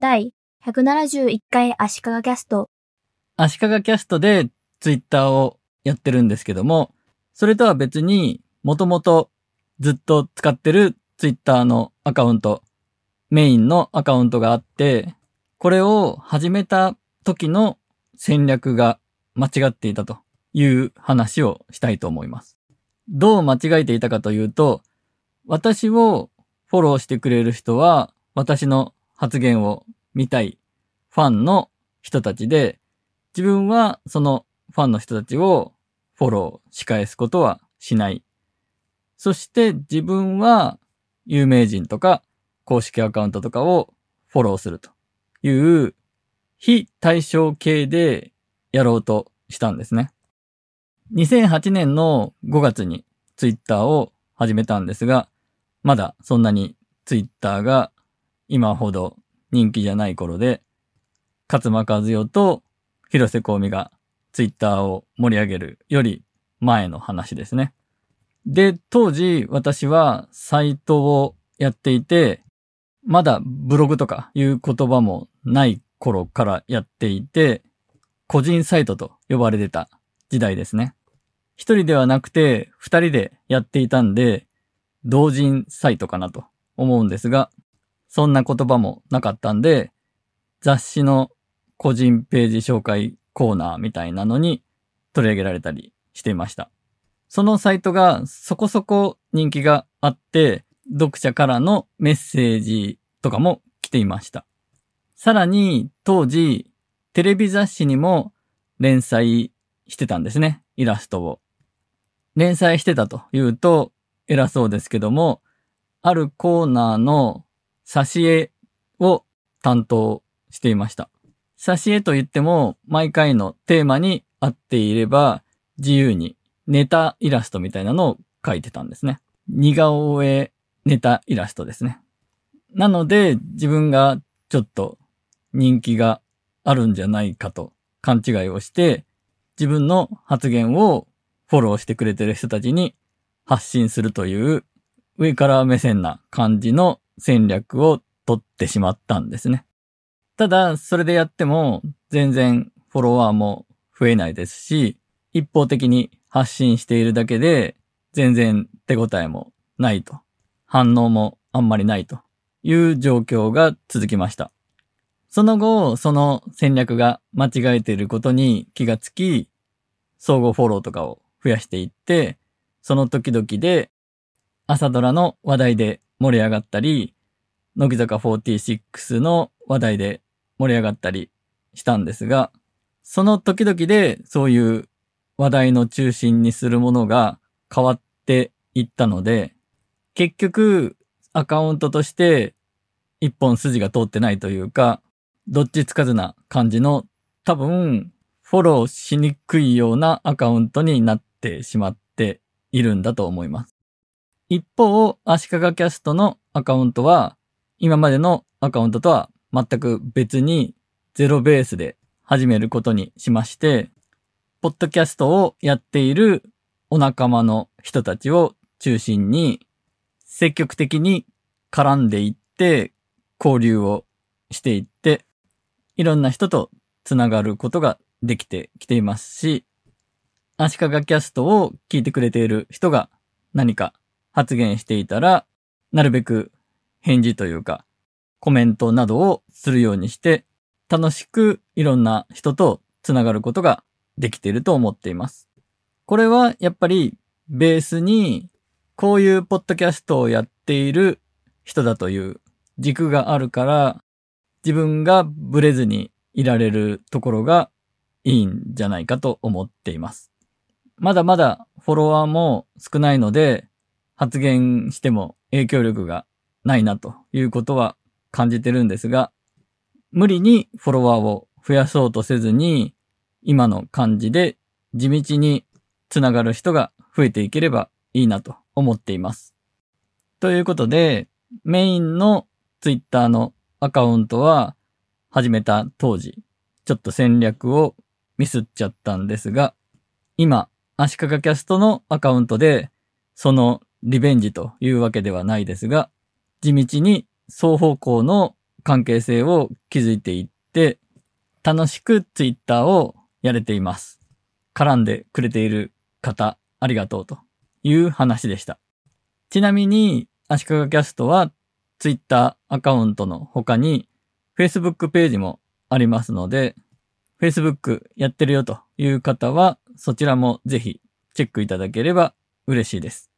第171回足利キャスト。 足利キャストでツイッターをやってるんですけども、それとは別にもともとずっと使ってるツイッターのアカウント、メインのアカウントがあって、これを始めた時の戦略が間違っていたという話をしたいと思います。どう間違えていたかというと、私をフォローしてくれる人は私の発言を見たいファンの人たちで、自分はそのファンの人たちをフォローし返すことはしない。そして自分は有名人とか公式アカウントとかをフォローするという非対称系でやろうとしたんですね。2008年の5月にツイッターを始めたんですが、まだそんなにツイッターが今ほど人気じゃない頃で、勝間和代と広瀬香美がツイッターを盛り上げるより前の話ですね。で、当時私はサイトをやっていて、まだブログとかいう言葉もない頃からやっていて、個人サイトと呼ばれてた時代ですね。一人ではなくて二人でやっていたんで、同人サイトかなと思うんですが、そんな言葉もなかったんで、雑誌の個人ページ紹介コーナーみたいなのに取り上げられたりしていました。そのサイトがそこそこ人気があって、読者からのメッセージとかも来ていました。さらに当時テレビ雑誌にも連載してたんですね、イラストを。連載してたというと偉そうですけども、あるコーナーの挿絵を担当していました。挿絵といっても毎回のテーマに合っていれば自由にネタイラストみたいなのを描いてたんですね。似顔絵ネタイラストですね。なので自分がちょっと人気があるんじゃないかと勘違いをして、自分の発言をフォローしてくれてる人たちに発信するという上から目線な感じの戦略を取ってしまったんですね。ただそれでやっても全然フォロワーも増えないですし、一方的に発信しているだけで全然手応えもないと、反応もあんまりないという状況が続きました。その後、その戦略が間違えていることに気がつき、相互フォローとかを増やしていって、その時々で朝ドラの話題で盛り上がったり、乃木坂46の話題で盛り上がったりしたんですが、その時々でそういう話題の中心にするものが変わっていったので、結局アカウントとして一本筋が通ってないというか、どっちつかずな感じの、多分フォローしにくいようなアカウントになってしまっているんだと思います。一方、足利キャストのアカウントは今までのアカウントとは全く別にゼロベースで始めることにしまして、ポッドキャストをやっているお仲間の人たちを中心に積極的に絡んでいって交流をしていって、いろんな人とつながることができてきていますし、足利キャストを聞いてくれている人が何か発言していたら、なるべく返事というかコメントなどをするようにして、楽しくいろんな人とつながることができていると思っています。これはやっぱりベースにこういうポッドキャストをやっている人だという軸があるから、自分がブレずにいられるところがいいんじゃないかと思っています。まだまだフォロワーも少ないので、発言しても影響力がないなということは感じてるんですが、無理にフォロワーを増やそうとせずに、今の感じで地道につながる人が増えていければいいなと思っています。ということで、メインのツイッターのアカウントは始めた当時、ちょっと戦略をミスっちゃったんですが、今、足利キャストのアカウントで、そのリベンジというわけではないですが、地道に双方向の関係性を築いていって、楽しくツイッターをやれています。絡んでくれている方、ありがとうという話でした。ちなみに、足利キャストはツイッターアカウントの他に Facebook ページもありますので、Facebook やってるよという方は、そちらもぜひチェックいただければ嬉しいです。